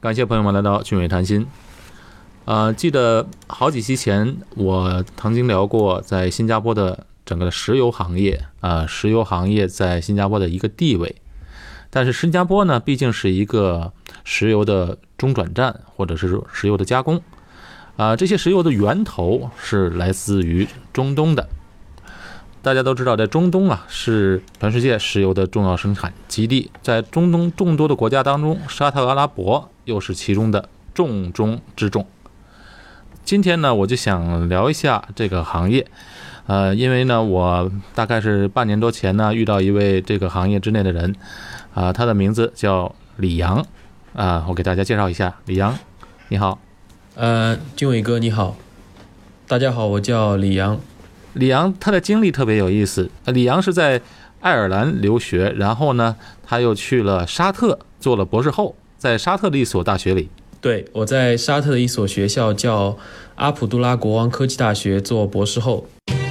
感谢朋友们来到俊伟谈心。记得好几期前我曾经聊过在新加坡的整个的石油行业石油行业在新加坡的一个地位。但是新加坡呢，毕竟是一个石油的中转站，或者是石油的加工。这些石油的源头是来自于中东的。大家都知道，在中东是全世界石油的重要生产基地。在中东众多的国家当中，沙特阿拉伯又是其中的重中之重。今天呢，我就想聊一下这个行业。因为呢，我大概是半年多前呢，遇到一位这个行业之内的人，他的名字叫李阳。我给大家介绍一下，李阳，你好。 俊伟哥你好，大家好，我叫李阳。 李阳他的经历特别有意思。李阳是在爱尔兰留学，然后呢，他又去了沙特做了博士后，在沙特的一所大学里。 对，我在沙特的一所学校叫阿卜杜拉国王科技大学做博士后。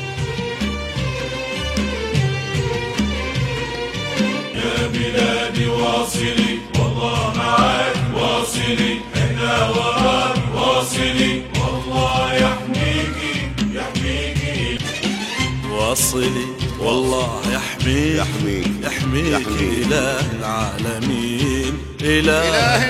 واصلي والله يحميك يحميك إله العالمين إله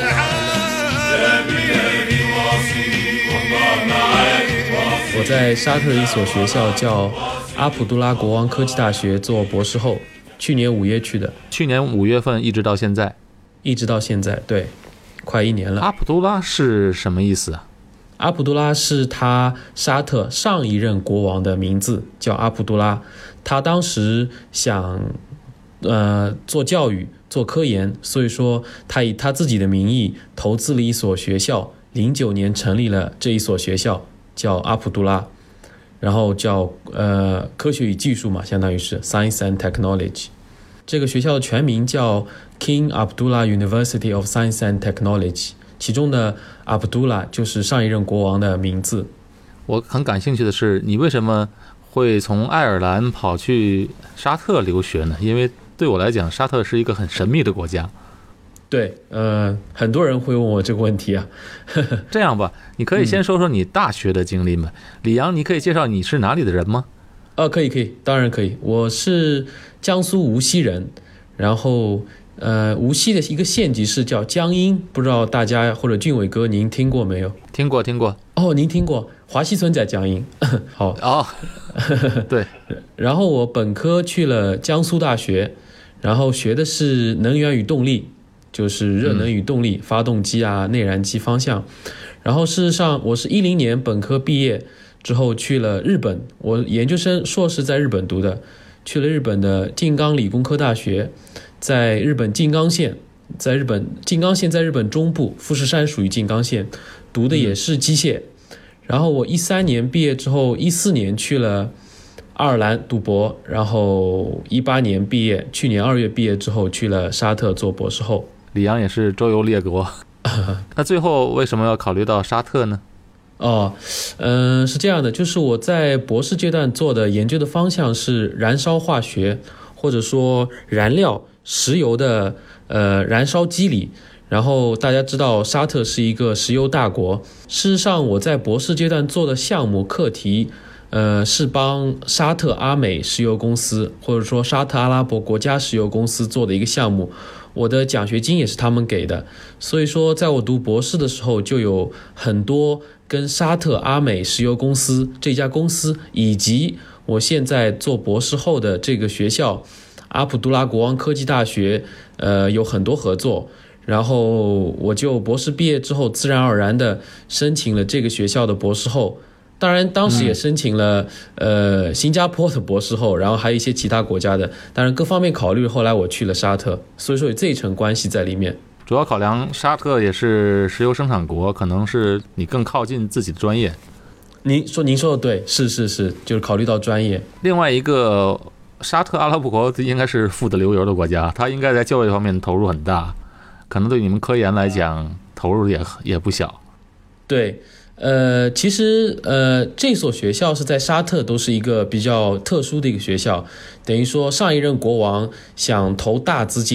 العالمين واصلي والله معاك。 我在沙特的一所学校叫阿卜杜拉国王科技大学做博士后，去年5月去的。 去年5月份一直到现在。 一直到现在，对，快1年了。 阿卜杜拉是什么意思啊？ 阿卜杜拉是他沙特上一任国王的名字，叫阿卜杜拉。他当时想做教育做科研，所以说他以他自己的名义投资了一所学校，09年成立了这一所学校，叫阿卜杜拉，然后叫科学与技术嘛，相当于是 Science and Technology。 这个学校的全名叫 King Abdullah University of Science and Technology，其中的阿卜杜拉就是上一任国王的名字。 我很感兴趣的是，你为什么会从爱尔兰跑去沙特留学呢？因为对我来讲，沙特是一个很神秘的国家。 对，很多人会问我这个问题啊。 这样吧，你可以先说说你大学的经历吗？李阳，你可以介绍你是哪里的人吗？ 可以，当然可以。我是江苏无锡人，然后无锡的一个县级市叫江阴，不知道大家或者俊伟哥您听过没有？ 听过。 哦，您听过？华西村在江阴。好。 哦，对。 然后我本科去了江苏大学，然后学的是能源与动力，就是热能与动力，发动机内燃机方向。然后事实上我是10年本科毕业之后去了日本，我研究生硕士在日本读的，去了日本的静冈理工科大学，在日本静冈县，在日本中部，富士山属于静冈县，读的也是机械。然后我13年毕业之后14年去了爱尔兰读博，然后18年毕业，去年2月毕业之后去了沙特做博士后。 李阳也是周游列国。那最后为什么要考虑到沙特呢？ 是这样的，就是我在博士阶段做的研究的方向是燃烧化学，或者说燃料石油的燃烧机理。然后大家知道沙特是一个石油大国，事实上我在博士阶段做的项目课题是帮沙特阿美石油公司，或者说沙特阿拉伯国家石油公司做的一个项目，我的奖学金也是他们给的。所以说在我读博士的时候就有很多跟沙特阿美石油公司这家公司，以及我现在做博士后的这个学校阿卜杜拉国王科技大学有很多合作。然后我就博士毕业之后自然而然的申请了这个学校的博士后，当然当时也申请了新加坡的博士后，然后还有一些其他国家的，当然各方面考虑，后来我去了沙特，所以说有这一层关系在里面。 主要考量沙特也是石油生产国，可能是你更靠近自己的专业。 您说的对，是，就是考虑到专业。 另外一个，沙特阿拉伯国应该是富得流油的国家，它应该在教育方面投入很大，可能对你们科研来讲投入也不小。 对，其实这所学校是在沙特都是一个比较特殊的一个学校，等于说上一任国王想投大资金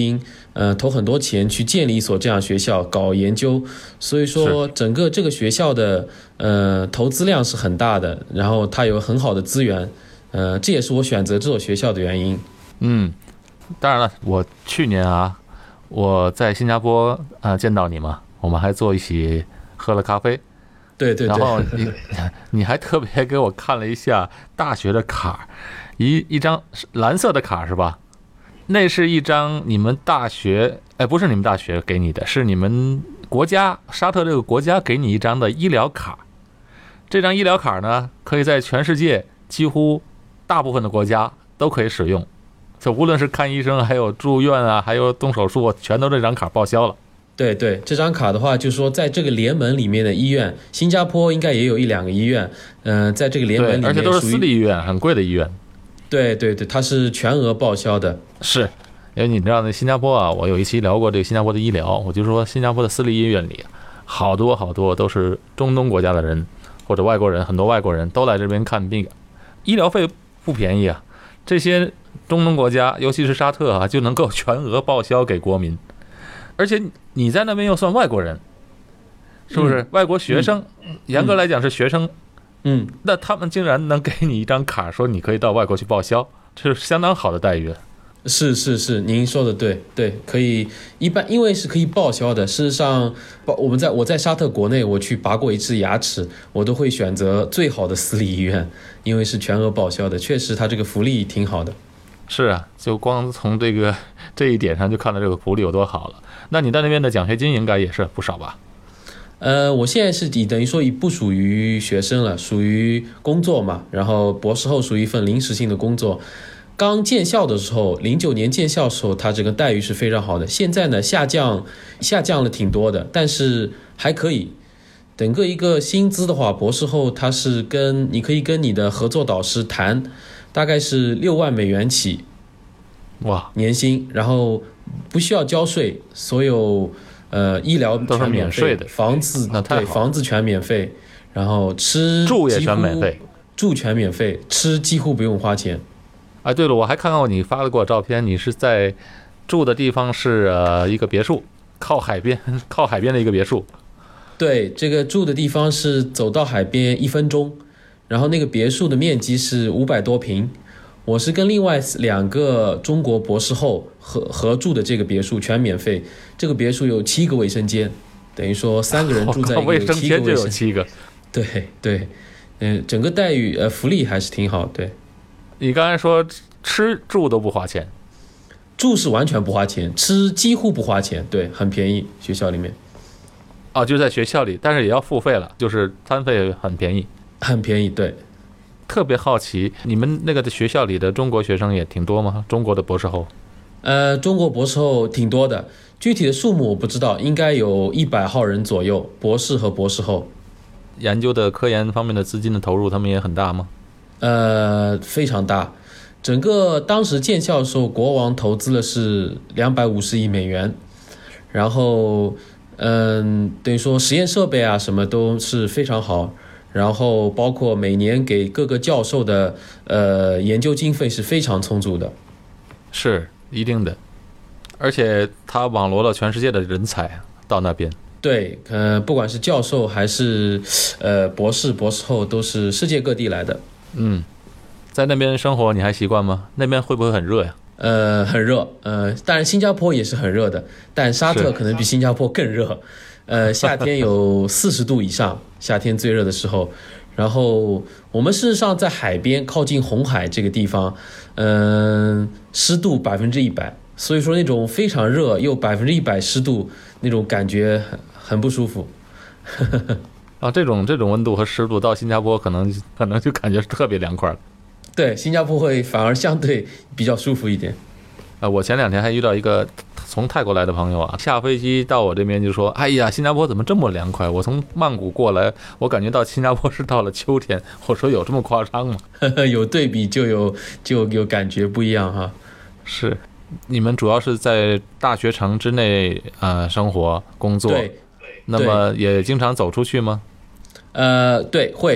投很多钱去建立一所这样学校搞研究，所以说整个这个学校的投资量是很大的，然后它有很好的资源，这也是我选择这所学校的原因。 当然了，我去年我在新加坡见到你嘛，我们还一起喝了咖啡。 对， 然后你还特别给我看了一下大学的卡，一张蓝色的卡是吧？那是一张你们大学，不是你们大学给你的，是你们国家沙特这个国家给你一张的医疗卡。这张医疗卡呢，可以在全世界几乎大部分的国家都可以使用，就无论是看医生，还有住院还有动手术，全都这张卡报销了。 对，这张卡的话，就是说在这个联盟里面的医院，新加坡应该也有1-2个医院，在这个联盟里面， 而且都是私立医院，很贵的医院。 对，它是全额报销的。 是，因为你知道那新加坡我有一期聊过这个新加坡的医疗，我就说新加坡的私立医院里好多都是中东国家的人或者外国人，很多外国人都来这边看病，医疗费不便宜啊。这些中东国家，尤其是沙特就能够全额报销给国民。而且你在那边又算外国人，是不是？外国学生，严格来讲是学生，那他们竟然能给你一张卡，说你可以到外国去报销，这是相当好的待遇。 是，您说的对，可以一般，因为是可以报销的。事实上，我在沙特国内，我去拔过一次牙齿，我都会选择最好的私立医院，因为是全额报销的，确实它这个福利挺好的。 是啊，就光从这一点上就看到这个福利有多好了。那你在那边的奖学金应该也是不少吧？ 我现在是等于说不属于学生了，属于工作嘛。然后博士后属于一份临时性的工作。刚建校的时候，09年建校的时候，它这个待遇是非常好的。现在呢下降了挺多的，但是还可以。整个一个薪资的话，博士后它是你可以跟你的合作导师谈，大概是6万美元起， 哇， 年薪，然后不需要交税，所有医疗都是免税的， 房子全免费，然后住也全免费， 住全免费，吃几乎不用花钱。 对了，我还看到你发了过照片，你是在住的地方是一个别墅，靠海边的一个别墅。 对，这个住的地方是走到海边1分钟，然后那个别墅的面积是500多平。我是跟另外2个中国博士后合住的这个别墅，全免费。这个别墅有7个卫生间，等于说3个人住在一个卫生间就有7个。 对，整个待遇福利还是挺好。对， 你刚才说吃住都不花钱， 住是完全不花钱，吃几乎不花钱，对，很便宜，学校里面。 就在学校里，但是也要付费了，就是餐费很便宜， 很便宜，对。 特别好奇，你们那个学校里的中国学生也挺多吗？中国的博士后？ 中国博士后挺多的，具体的数目我不知道，应该有100号人左右，博士和博士后。 研究的科研方面的资金的投入，他们也很大吗？ 非常大。整个当时建校的时候，国王投资了是250亿美元，然后等于说实验设备什么都是非常好，然后包括每年给各个教授的研究经费是非常充足的。是一定的，而且他网罗了全世界的人才到那边。 对，不管是教授还是博士后，都是世界各地来的。 在那边生活你还习惯吗？那边会不会很热呀？ 很热，当然新加坡也是很热的，但沙特可能比新加坡更热。夏天有40度以上，夏天最热的时候。然后我们事实上在海边靠近红海这个地方，湿度100%，所以说那种非常热又100%湿度那种感觉很不舒服。 这种温度和湿度到新加坡可能就感觉特别凉快了。 对，新加坡会反而相对比较舒服一点。 我前2天还遇到一个从泰国来的朋友下飞机到我这边就说：“哎呀，新加坡怎么这么凉快？我从曼谷过来，我感觉到新加坡是到了秋天。”我说：“有这么夸张吗？” 有对比就有感觉不一样哈。 是，你们主要是在大学城之内生活工作， 对， 那么也经常走出去吗？ 对，会。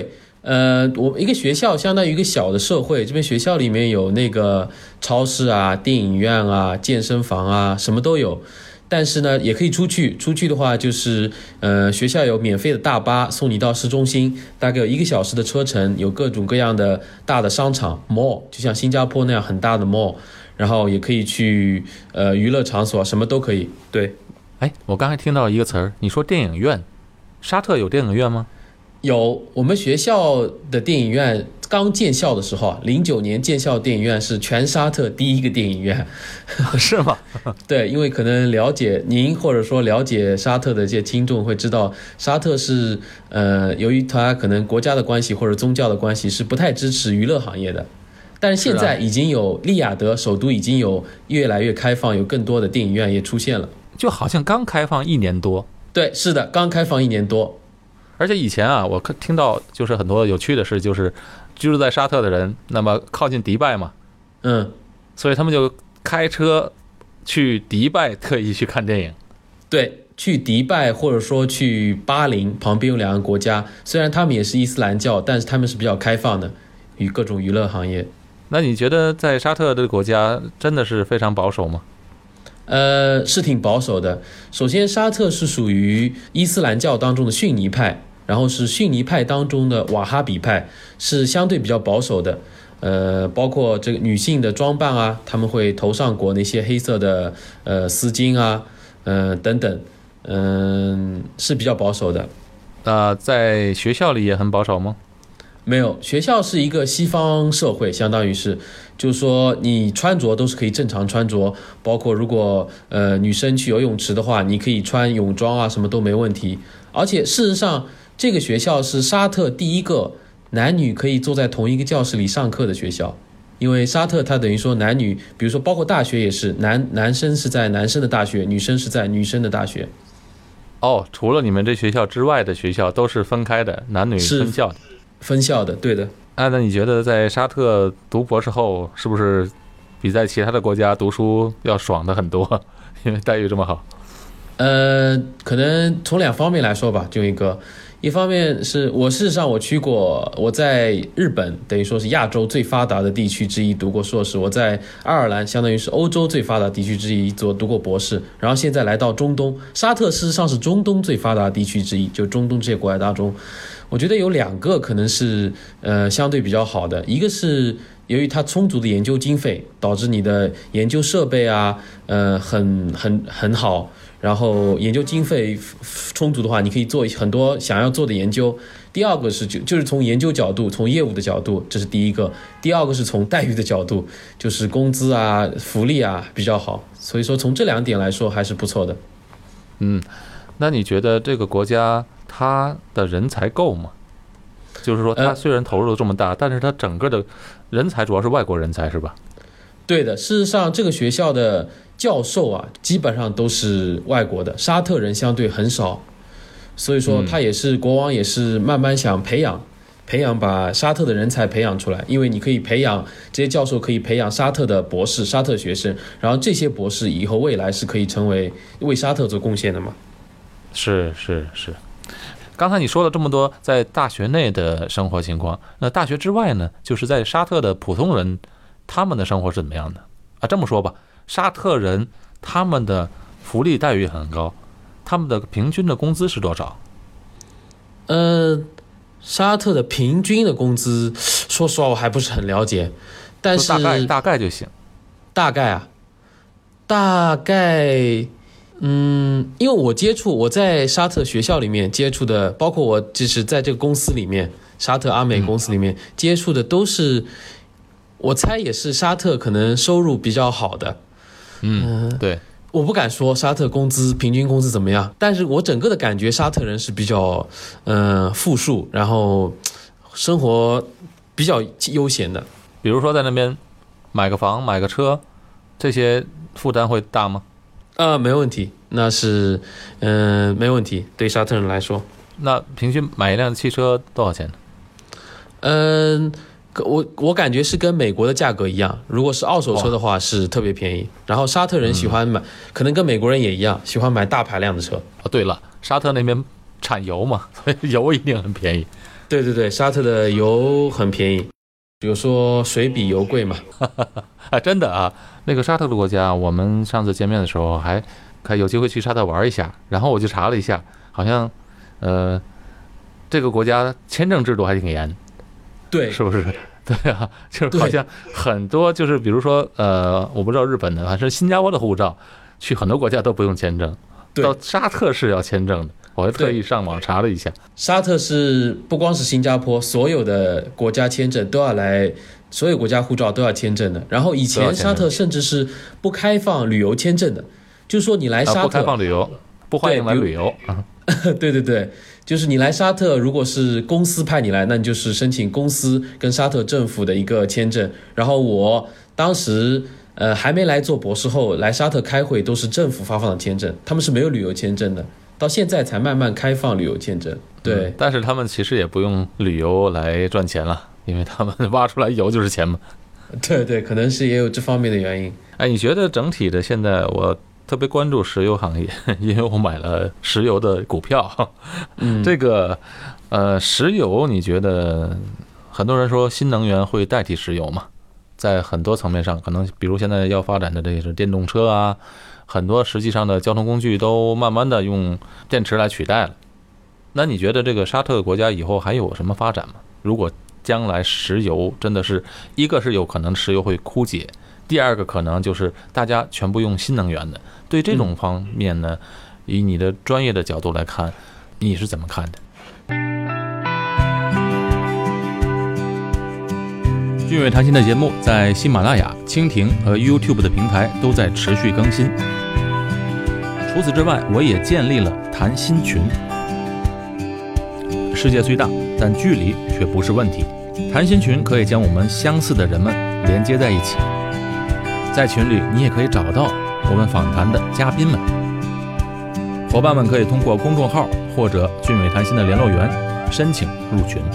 我一个学校相当于一个小的社会，这边学校里面有那个超市啊、电影院啊、健身房啊，什么都有。但是呢，也可以出去的话，就是学校有免费的大巴送你到市中心，大概有1个小时的车程，有各种各样的大的商场 mall， 就像新加坡那样很大的 mall， 然后也可以去娱乐场所，什么都可以。对， 哎，我刚才听到一个词儿，你说电影院，沙特有电影院吗？ 有，我们学校的电影院刚建校的时候，09年建校电影院是全沙特第一个电影院。 是吗？ 对，因为可能了解您或者说了解沙特的这些听众会知道，沙特是由于它可能国家的关系或者宗教的关系是不太支持娱乐行业的，但是现在已经有利雅得首都已经有越来越开放，有更多的电影院也出现了。 就好像刚开放1年多。 对，是的，刚开放1年多。 而且以前啊，我听到就是很多有趣的事，就是居住在沙特的人，那么靠近迪拜嘛，所以他们就开车去迪拜特意去看电影。 对，去迪拜或者说去巴林，旁边有2个国家，虽然他们也是伊斯兰教，但是他们是比较开放的，与各种娱乐行业。 那你觉得在沙特这个国家真的是非常保守吗？ 是挺保守的。首先，沙特是属于伊斯兰教当中的逊尼派，然后是逊尼派当中的瓦哈比派，是相对比较保守的。包括这个女性的装扮啊，他们会头上裹那些黑色的丝巾啊，等等，是比较保守的。 在学校里也很保守吗？ 没有，学校是一个西方社会，相当于是，就是说你穿着都是可以正常穿着，包括如果女生去游泳池的话，你可以穿泳装啊，什么都没问题。而且事实上，这个学校是沙特第一个男女可以坐在同一个教室里上课的学校，因为沙特它等于说男女，比如说包括大学也是，男生是在男生的大学，女生是在女生的大学。 哦，除了你们这学校之外的学校都是分开的，男女分校的。 分校的，对的。 那你觉得在沙特读博士后，是不是比在其他的国家读书要爽的很多？因为待遇这么好。 可能从2方面来说吧，就一方面是事实上我去过，我在日本等于说是亚洲最发达的地区之一读过硕士，我在爱尔兰相当于是欧洲最发达地区之一读过博士，然后现在来到中东，沙特事实上是中东最发达的地区之一，就中东这些国家当中，我觉得有2个可能是相对比较好的，一个是由于它充足的研究经费，导致你的研究设备啊，很好。然后研究经费充足的话，你可以做很多想要做的研究。第二个是就是从研究角度，从业务的角度，这是第一个。第二个是从待遇的角度，就是工资啊、福利啊比较好。所以说从这2点来说还是不错的。 那你觉得这个国家它的人才够吗？就是说它虽然投入这么大，但是它整个的人才主要是外国人才是吧？ 对的，事实上这个学校的教授啊，基本上都是外国的，沙特人相对很少，所以说他也是国王也是慢慢想培养把沙特的人才培养出来，因为你可以培养这些教授，可以培养沙特的博士、沙特学生，然后这些博士以后未来是可以成为为沙特做贡献的嘛。 是。刚才你说了这么多在大学内的生活情况，那大学之外呢，就是在沙特的普通人他们的生活是怎么样的啊？这么说吧，沙特人他们的福利待遇很高，他们的平均的工资是多少？ 沙特的平均的工资，说实话我还不是很了解，但是大概就行。 大概，因为我在沙特学校里面接触的，包括我就是在这个公司里面，沙特阿美公司里面接触的都是。我猜也是沙特可能收入比较好的， 对， 我不敢说沙特平均工资怎么样，但是我整个的感觉沙特人是比较富庶，然后生活比较悠闲的。 比如说在那边买个房买个车，这些负担会大吗？ 没问题，那是没问题，对沙特人来说。 那平均买一辆汽车多少钱呢？ 我感觉是跟美国的价格一样，如果是二手车的话是特别便宜，然后沙特人喜欢买，可能跟美国人也一样，喜欢买大排量的车。 对了，沙特那边产油嘛，所以油一定很便宜。 对对对，沙特的油很便宜，比如说水比油贵嘛。 真的啊，那个沙特的国家，我们上次见面的时候还有机会去沙特玩一下，然后我就查了一下，好像这个国家签证制度还挺严， 对， 是不是？对啊，就是好像很多就是比如说我不知道日本的，反正新加坡的护照去很多国家都不用签证，到沙特是要签证的。我还特意上网查了一下， 沙特是不光是新加坡，所有的国家签证都要来，所有国家护照都要签证的。然后以前沙特甚至是不开放旅游签证的，就是说你来沙特、 不开放旅游，不欢迎来旅游。 对对对，就是你来沙特，如果是公司派你来，那你就是申请公司跟沙特政府的一个签证。然后我当时还没来做博士后，来沙特开会都是政府发放的签证，他们是没有旅游签证的。到现在才慢慢开放旅游签证，对、 但是他们其实也不用旅游来赚钱了，因为他们挖出来油就是钱嘛。 对对，可能是也有这方面的原因。 哎，你觉得整体的现在我特别关注石油行业，因为我买了石油的股票。这个石油，你觉得很多人说新能源会代替石油嘛？在很多层面上，可能比如现在要发展的这是电动车啊。很多实际上的交通工具都慢慢的用电池来取代了。那你觉得这个沙特国家以后还有什么发展吗？如果将来石油真的是一个是有可能石油会枯竭，第二个可能就是大家全部用新能源的。对这种方面呢，以你的专业的角度来看，你是怎么看的？俊伟谈心的节目在喜马拉雅、蜻蜓和 YouTube 的平台都在持续更新。除此之外，我也建立了谈心群。世界虽大，但距离却不是问题。谈心群可以将我们相似的人们连接在一起。在群里，你也可以找到我们访谈的嘉宾们。伙伴们可以通过公众号或者俊伟谈心的联络员申请入群。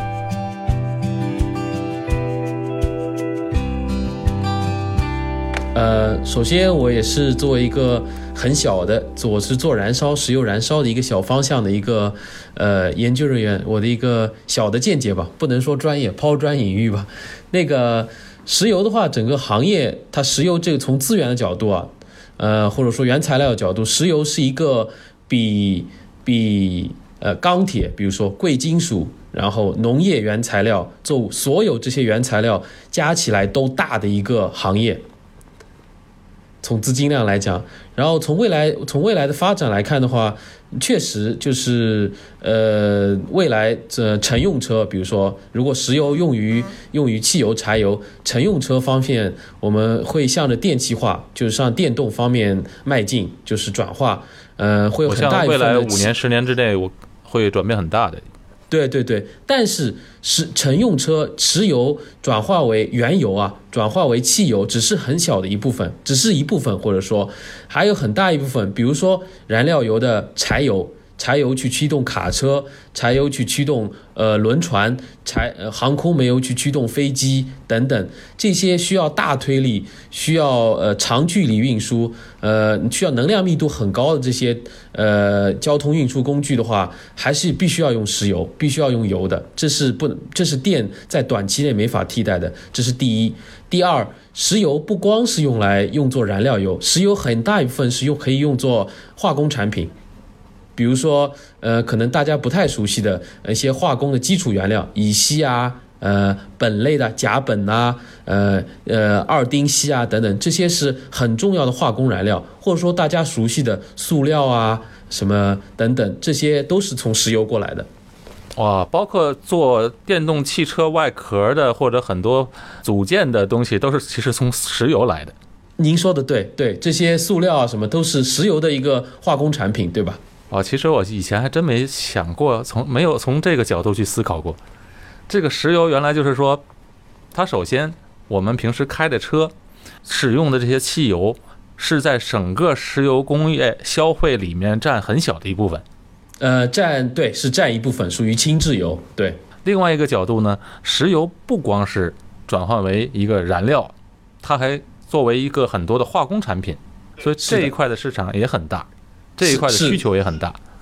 首先我也是作为一个很小的，我是做石油燃烧的一个小方向的一个研究人员，我的一个小的见解吧，不能说专业，抛砖引玉吧。那个石油的话，整个行业它石油这个从资源的角度啊，或者说原材料的角度，石油是一个比钢铁，比如说贵金属，然后农业原材料，做所有这些原材料加起来都大的一个行业。从资金量来讲，然后从未来的发展来看的话，确实就是未来乘用车，比如说如果石油用于汽油、柴油，乘用车方面我们会向着电气化，就是向电动方面迈进，就是转化，会有很大一部分的。 未来5年10年之内，我会转变很大的。 对对对，但是乘用车石油转化为原油啊，转化为汽油，只是很小的一部分，或者说还有很大一部分，比如说燃料油的柴油去驱动卡车，柴油去驱动轮船，航空煤油去驱动飞机等等，这些需要大推力，需要长距离运输，需要能量密度很高的这些交通运输工具的话，还是必须要用石油，必须要用油的，这是电在短期内没法替代的，这是第一。第二，石油不光是用作燃料油，石油很大一部分是可以用作化工产品。比如说，可能大家不太熟悉的一些化工的基础原料，乙烯啊，苯类的甲苯啊，二丁烯啊等等，这些是很重要的化工燃料，或者说大家熟悉的塑料啊，什么等等，这些都是从石油过来的。 哇，包括做电动汽车外壳的或者很多组件的东西，都是其实从石油来的。 您说的对，这些塑料啊什么都是石油的一个化工产品，对吧？ 其实我以前还真没想过，没有从这个角度去思考过。这个石油原来就是说，它首先我们平时开的车使用的这些汽油，是在整个石油工业消费里面占很小的一部分。 是占一部分，属于轻质油。对。 另外一个角度呢，石油不光是转换为一个燃料，它还作为一个很多的化工产品，所以这一块的市场也很大。这一块的需求也很大。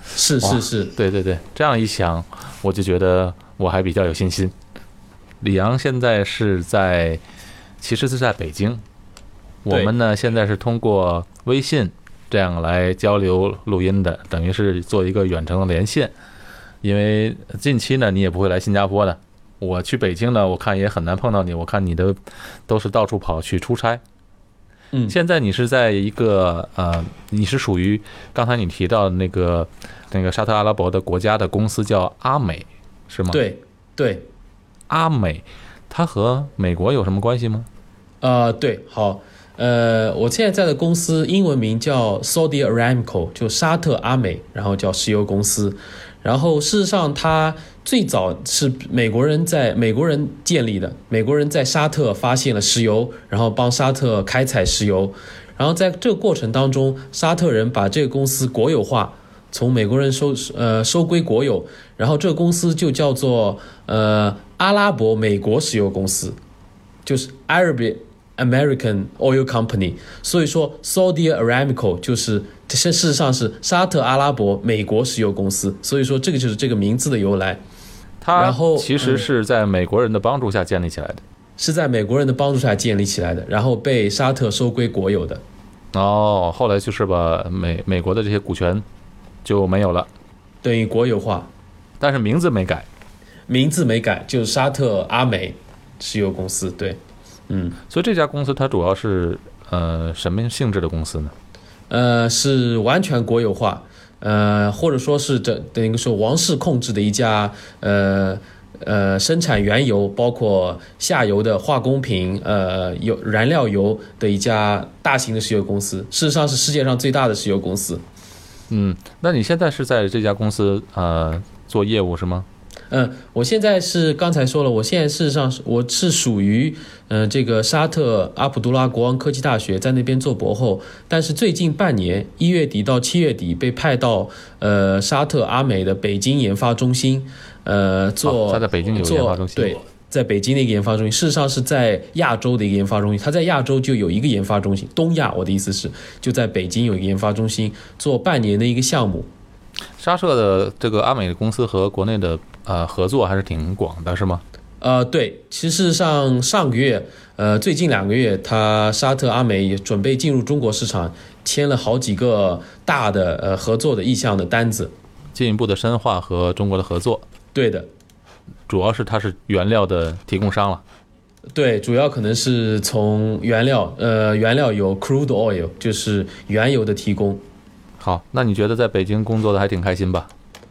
是， 对对对，这样一想，我就觉得我还比较有信心。李阳现在其实是在北京，我们呢现在是通过微信这样来交流录音的，等于是做一个远程的连线。因为近期呢你也不会来新加坡的，我去北京呢，我看也很难碰到你，我看你都是到处跑去出差。现在你是在一个你是属于刚才你提到的那个沙特阿拉伯的国家的公司叫阿美，是吗？ 对， 阿美，它和美国有什么关系吗？ 对，好，我现在的公司英文名叫 Saudi Aramco， 就沙特阿美，然后叫石油公司。然后事实上它最早是美国人建立的，美国人在沙特发现了石油，然后帮沙特开采石油，然后在这个过程当中，沙特人把这个公司国有化，从美国人收归国有，然后这个公司就叫做阿拉伯美国石油公司，就是 Arab American Oil Company， 所以说 Saudi Aramco 就是事实上是沙特阿拉伯美国石油公司，所以说这个就是这个名字的由来。 它其实是在美国人的帮助下建立起来的， 是在美国人的帮助下建立起来的，然后被沙特收归国有的。 后来就是把美国的这些股权就没有了， 等于国有化， 但是名字没改， 就是沙特阿美石油公司。对， 所以这家公司它主要是什么性质的公司呢？ 是完全国有化，或者说是等于说王室控制的一家生产原油，包括下游的化工品、燃料油的一家大型的石油公司，事实上是世界上最大的石油公司。 那你现在是在这家公司做业务是吗？ 我现在是刚才说了，我现在事实上我是属于这个沙特阿卜杜拉国王科技大学，在那边做博后，但是最近半年1月底到7月底被派到沙特阿美的北京研发中心他在北京有研发中心， 对，在北京的一个研发中心，事实上是在亚洲的一个研发中心，他在亚洲就有一个研发中心，东亚我的意思是就在北京有一个研发中心，做半年的一个项目。 沙特的这个阿美的公司和国内的合作还是挺广的，是吗？ 对，其实上个月最近2个月，沙特阿美也准备进入中国市场，签了好几个大的合作的意向的单子， 进一步的深化和中国的合作。 对的， 主要是它是原料的提供商了。 对，主要可能是从原料有 crude oil， 就是原油的提供。 好，那你觉得在北京工作的还挺开心吧？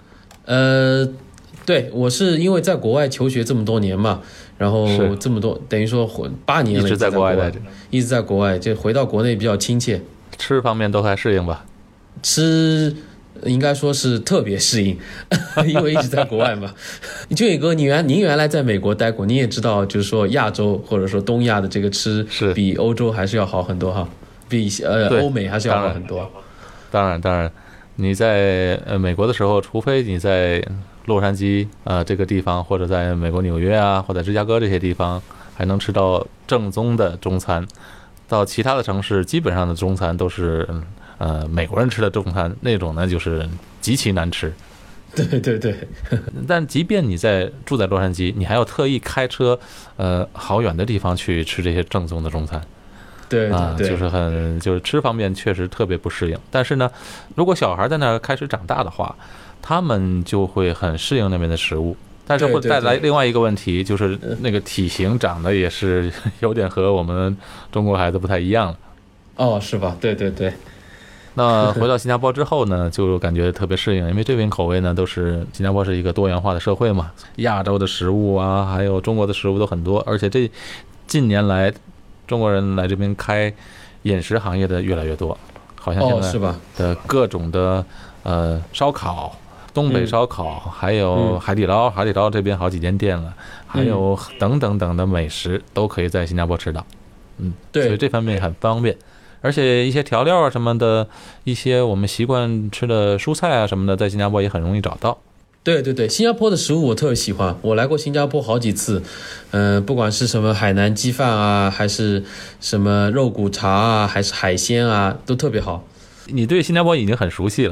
对，我是因为在国外求学这么多年嘛，然后这么多等于说8年了， 一直在国外待着， 一直在国外，就回到国内比较亲切。 吃方面都还适应吧？ 吃应该说是特别适应，因为一直在国外嘛。就宇哥，您原来在美国待过，你也知道，就是说亚洲或者说东亚的这个吃比欧洲还是要好很多哈，比欧美还是要好很多。 当然，你在美国的时候，除非你在洛杉矶这个地方，或者在美国纽约啊，或者芝加哥这些地方，还能吃到正宗的中餐。到其他的城市，基本上的中餐都是美国人吃的中餐，那种呢就是极其难吃。 对。 但即便你住在洛杉矶，你还要特意开车好远的地方去吃这些正宗的中餐。 对， 就是吃方面确实特别不适应。但是呢，如果小孩在那开始长大的话，他们就会很适应那边的食物。但是会带来另外一个问题，就是那个体型长得也是有点和我们中国孩子不太一样了。 哦，是吧？对。 那回到新加坡之后呢，就感觉特别适应，因为这边口味呢新加坡是一个多元化的社会嘛，亚洲的食物啊，还有中国的食物都很多，而且这近年来中国人来这边开饮食行业的越来越多，好像现在的各种的烧烤，东北烧烤，还有海底捞，海底捞这边好几间店了，还有等等的美食都可以在新加坡吃到。对，所以这方面很方便，而且一些调料啊什么的，一些我们习惯吃的蔬菜啊什么的，在新加坡也很容易找到。 对，新加坡的食物我特别喜欢，我来过新加坡好几次，不管是什么海南鸡饭啊，还是什么肉骨茶啊，还是海鲜啊，都特别好。 你对新加坡已经很熟悉了。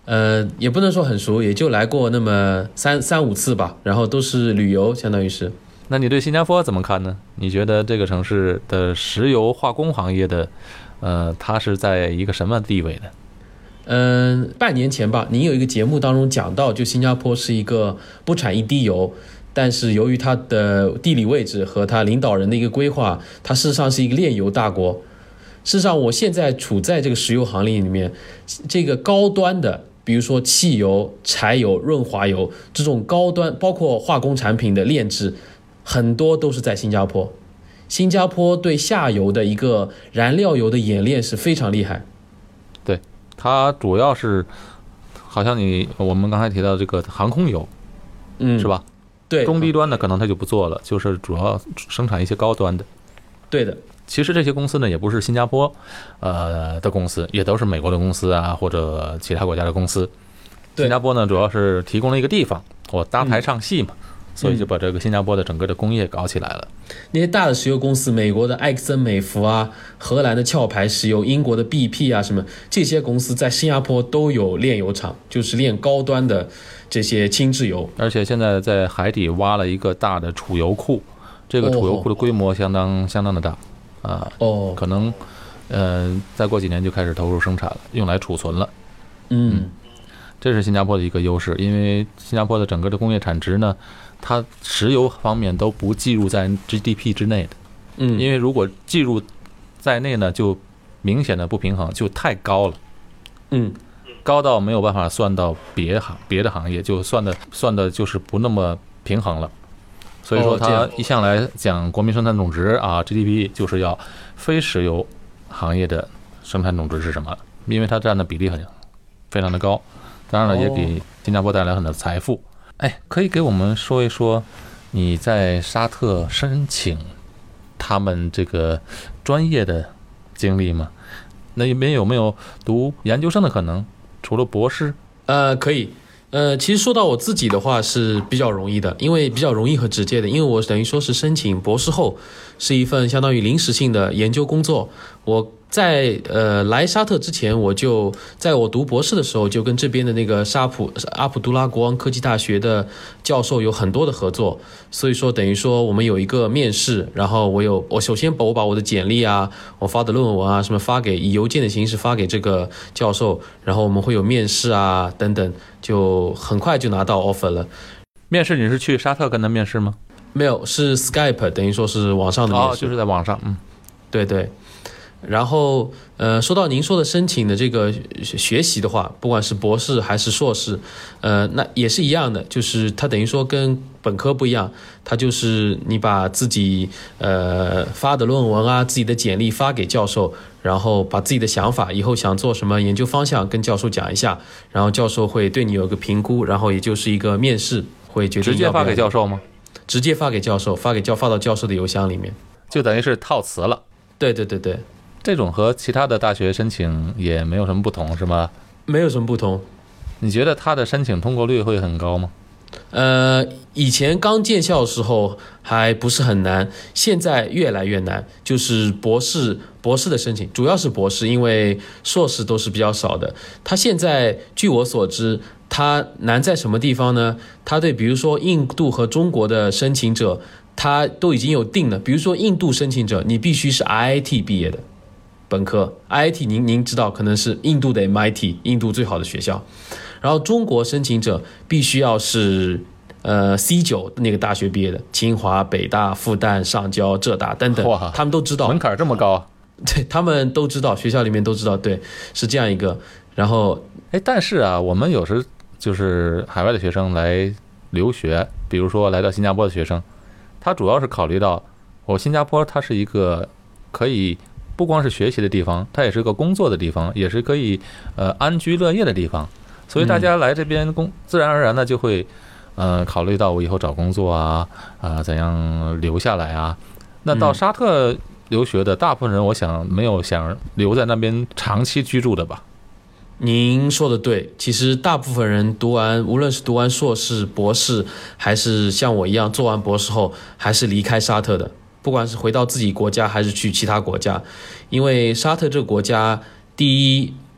也不能说很熟，也就来过那么三五次吧，然后都是旅游，相当于是。 那你对新加坡怎么看呢？你觉得这个城市的石油化工行业的，它是在一个什么地位的？ 半年前吧，您有一个节目当中讲到，就新加坡是一个不产一滴油，但是由于它的地理位置和它领导人的一个规划，它事实上是一个炼油大国。事实上，我现在处在这个石油行业里面，这个高端的，比如说汽油、柴油、润滑油这种高端，包括化工产品的炼制，很多都是在新加坡。新加坡对下游的一个燃料油的冶炼是非常厉害。 对，它主要是，好像我们刚才提到这个航空油，是吧？ 对， 中低端的可能它就不做了，就是主要生产一些高端的。 对的。 其实这些公司呢，也不是新加坡的公司，也都是美国的公司啊，或者其他国家的公司。新加坡呢，主要是提供了一个地方，我搭台唱戏嘛，所以就把这个新加坡的整个的工业搞起来了。 那些大的石油公司，美国的埃克森美孚啊，荷兰的壳牌石油，英国的 BP 啊，什么这些公司在新加坡都有炼油厂，就是炼高端的这些轻质油。 而且现在在海底挖了一个大的储油库，这个储油库的规模相当的大。可能再过几年就开始投入生产了，用来储存了。这是新加坡的一个优势，因为新加坡的整个的工业产值呢，它石油方面都不计入在 GDP 之内的。因为如果计入在内呢，就明显的不平衡，就太高了。高到没有办法算到别的行业，就算的就是不那么平衡了。所以说，他一向来讲国民生产总值啊 ，GDP 就是要非石油行业的生产总值是什么？因为它占的比例非常的高，当然了，也给新加坡带来很多财富。可以给我们说一说你在沙特申请他们这个专业的经历吗？那里面有没有读研究生的可能？除了博士？ 可以。其实说到我自己的话是比较容易的，因为比较容易和直接的，因为我等于说是申请博士后，是一份相当于临时性的研究工作。我在来沙特之前，我就在我读博士的时候，就跟这边的那个阿卜杜拉国王科技大学的教授有很多的合作，所以说等于说我们有一个面试，然后我首先我把我的简历啊，我发的论文啊什么以邮件的形式发给这个教授，然后我们会有面试啊等等，就很快就拿到 offer 了。 面试你是去沙特跟他面试吗？ 没有，是 Skype， 等于说是网上的面试。 就是在网上。 对对。然后说到您说的申请的这个学习的话，不管是博士还是硕士，那也是一样的，就是它等于说跟本科不一样，它就是你把自己发的论文啊，自己的简历发给教授，然后把自己的想法，以后想做什么研究方向跟教授讲一下，然后教授会对你有个评估，然后也就是一个面试，会决定直接发给教授吗？ 直接发给教授，发到教授的邮箱里面， 就等于是套词了。 对对对对。 这种和其他的大学申请也没有什么不同，是吗？ 没有什么不同。 你觉得他的申请通过率会很高吗？ 以前刚建校的时候还不是很难，现在越来越难。就是博士的申请，主要是博士，因为硕士都是比较少的。他现在据我所知，他难在什么地方呢？他对比如说印度和中国的申请者，他都已经有定了。比如说印度申请者，你必须是 IIT 毕业的。本科 IIT 您知道，可能是印度的 MIT， 印度最好的学校。然后中国申请者必须要是C9 那个大学毕业的，清华、北大、复旦、上交、浙大等等，他们都知道。 门槛这么高？ 对，他们都知道，学校里面都知道，对，是这样一个。然后但是啊，我们有时就是海外的学生来留学，比如说来到新加坡的学生，他主要是考虑到新加坡它是一个可以不光是学习的地方，它也是个工作的地方，也是可以安居乐业的地方，所以大家来这边自然而然的就会考虑到我以后找工作啊怎样留下来啊。那到沙特留学的大部分人，我想没有想留在那边长期居住的吧。 您说的对，其实大部分人无论是读完硕士、博士，还是像我一样做完博士后，还是离开沙特的。不管是回到自己国家还是去其他国家，因为沙特这个国家，第一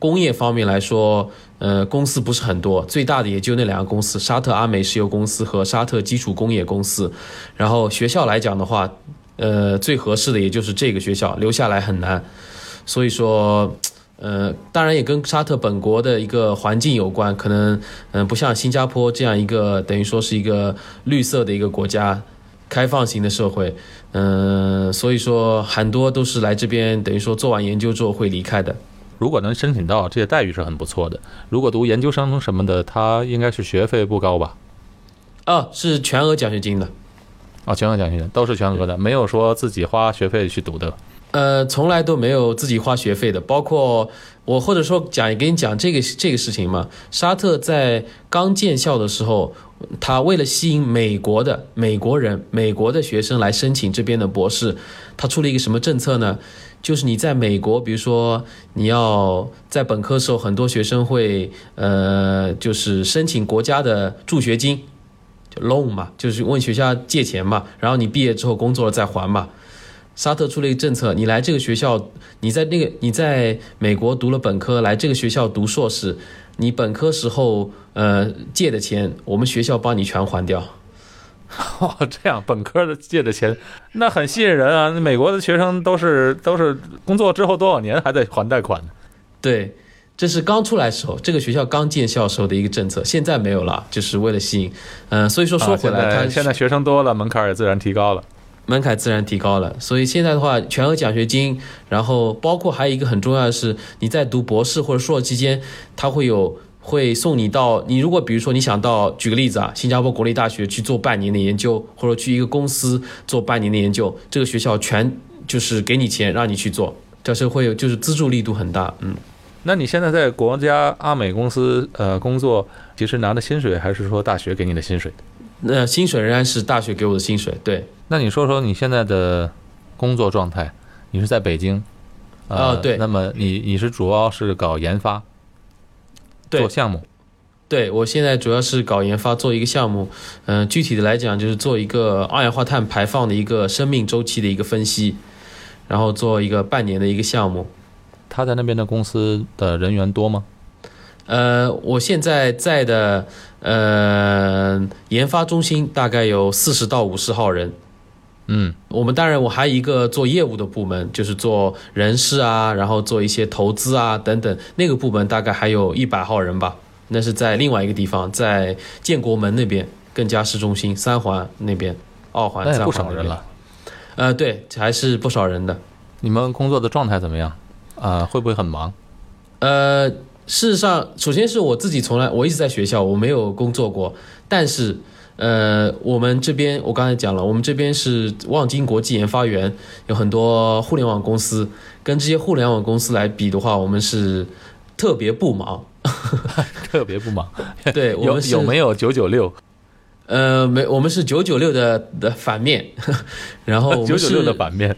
工业方面来说，公司不是很多，最大的也就那2个公司，沙特阿美石油公司和沙特基础工业公司。然后学校来讲的话，最合适的也就是这个学校，留下来很难。所以说，当然也跟沙特本国的一个环境有关，可能不像新加坡这样一个等于说是一个绿色的一个国家，开放型的社会，所以说很多都是来这边等于说做完研究之后会离开的。 如果能申请到，这些待遇是很不错的。如果读研究生什么的，他应该是学费不高吧？ 是全额奖学金的。 全额奖学金都是全额的，没有说自己花学费去读的。 从来都没有自己花学费的，包括我或者说给你讲这个事情嘛。沙特在刚建校的时候，他为了吸引美国的学生来申请这边的博士，他出了一个什么政策呢？就是你在美国，比如说你要在本科时候，很多学生会就是申请国家的助学金，就 loan 嘛，就是问学校借钱嘛，然后你毕业之后工作了再还嘛。沙特出了一个政策，你来这个学校，你在美国读了本科，来这个学校读硕士，你本科时候借的钱，我们学校帮你全还掉。 这样本科的借的钱，那很吸引人啊！美国的学生都是工作之后多少年还在还贷款呢？ 对，这是刚出来的时候，这个学校刚建校时候的一个政策，现在没有了，就是为了吸引。所以说回来， 现在学生多了，门槛也自然提高了。 所以现在的话，全额奖学金，然后包括还有一个很重要的是，你在读博士或者硕士期间，他会送你到，你如果比如说你想到，举个例子啊，新加坡国立大学去做半年的研究，或者去一个公司做半年的研究，这个学校全就是给你钱让你去做，这是会有就是资助力度很大。 那你现在在国家阿美公司工作，其实拿的薪水还是说大学给你的薪水？ 薪水仍然是大学给我的薪水。对。 那你说说你现在的工作状态？你是在北京？ 对。 那么你是主要是搞研发？做项目？ 对，我现在主要是搞研发，做一个项目。具体的来讲，就是做一个二氧化碳排放的一个生命周期的一个分析，然后做一个半年的一个项目。 他在那边的公司的人员多吗？ 我现在在的研发中心大概有40到50号人。我还有一个做业务的部门，就是做人事啊，然后做一些投资啊等等，那个部门大概还有100号人吧。那是在另外一个地方，在建国门那边，更加市中心3环那边，2环、3环。 那也不少人了。 对，还是不少人的。 你们工作的状态怎么样？会不会很忙？ 事实上，首先是我自己我一直在学校，我没有工作过。但是，我们这边我刚才讲了，我们这边是望京国际研发园，有很多互联网公司，跟这些互联网公司来比的话，我们是特别不忙。 特别不忙。 对，我们有没有996？ 没，我们是996的反面。然后我们是 996的反面。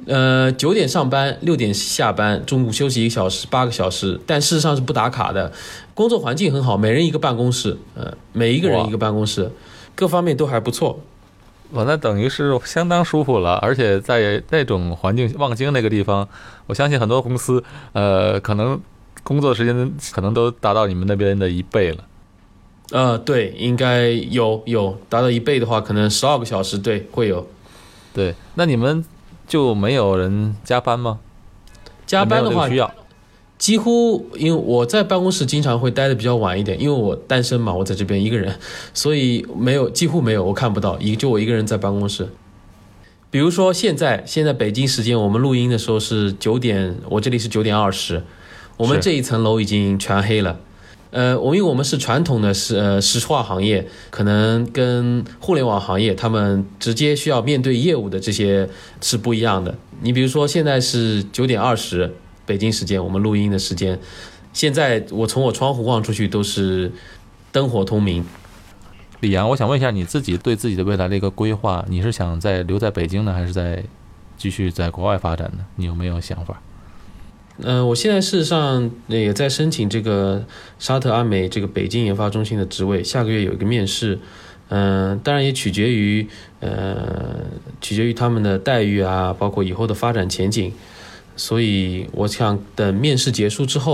9点上班，6点下班，中午休息1个小时，8个小时，但事实上是不打卡的。工作环境很好，每人一个办公室，每一个人一个办公室，各方面都还不错。 那等于是相当舒服了，而且在那种环境，望京那个地方，我相信很多公司，可能工作时间可能都达到你们那边的1倍了。 对，应该有达到1倍的话，可能12个小时，对，会有。 对，那你们就没有人加班吗？ 加班的话， 需要几乎，因为我在办公室经常会待的比较晚一点，因为我单身嘛，我在这边一个人，所以几乎没有，我看不到，就我一个人在办公室。比如说现在北京时间我们录音的时候是9点，我这里是9点20，我们这一层楼已经全黑了。因为我们是传统的石化行业，可能跟互联网行业他们直接需要面对业务的这些是不一样的。你比如说现在是9点20北京时间，我们录音的时间，现在我从我窗户望出去都是灯火通明。 李阳，我想问一下你自己对自己的未来的一个规划，你是想留在北京呢，还是继续在国外发展呢？你有没有想法？ 我现在事实上也在申请这个沙特阿美这个北京研发中心的职位，下个月有一个面试。当然也取决于他们的待遇啊，包括以后的发展前景。所以我想等面试结束之后，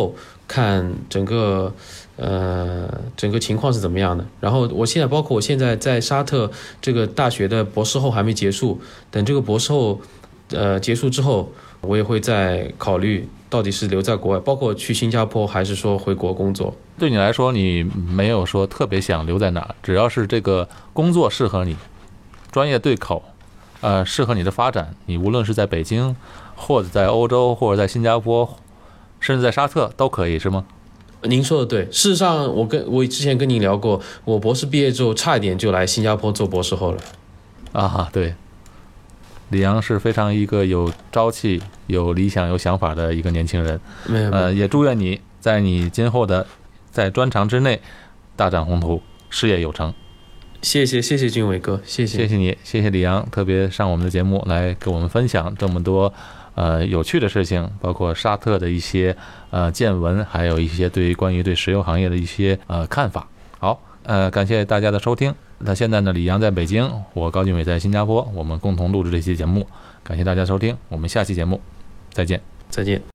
看整个情况是怎么样的。然后包括我现在在沙特这个大学的博士后还没结束，等这个博士后结束之后，我也会再考虑到底是留在国外，包括去新加坡还是说回国工作。 对你来说，你没有说特别想留在哪，只要是这个工作适合你，专业对口，适合你的发展，你无论是在北京，或者在欧洲，或者在新加坡，甚至在沙特都可以，是吗？ 您说的对，事实上我之前跟您聊过，我博士毕业之后差一点就来新加坡做博士后了。 啊，对，李阳是非常一个有朝气、有理想、有想法的一个年轻人。 没有， 也祝愿你在你今后的在专长之内大展宏图，事业有成。 谢谢俊伟哥，谢谢你，谢谢李阳，特别上我们的节目来给我们分享这么多有趣的事情，包括沙特的一些见闻，还有一些关于石油行业的一些看法。好，感谢大家的收听。那现在呢，李阳在北京，我高俊伟在新加坡，我们共同录制这期节目，感谢大家收听，我们下期节目再见。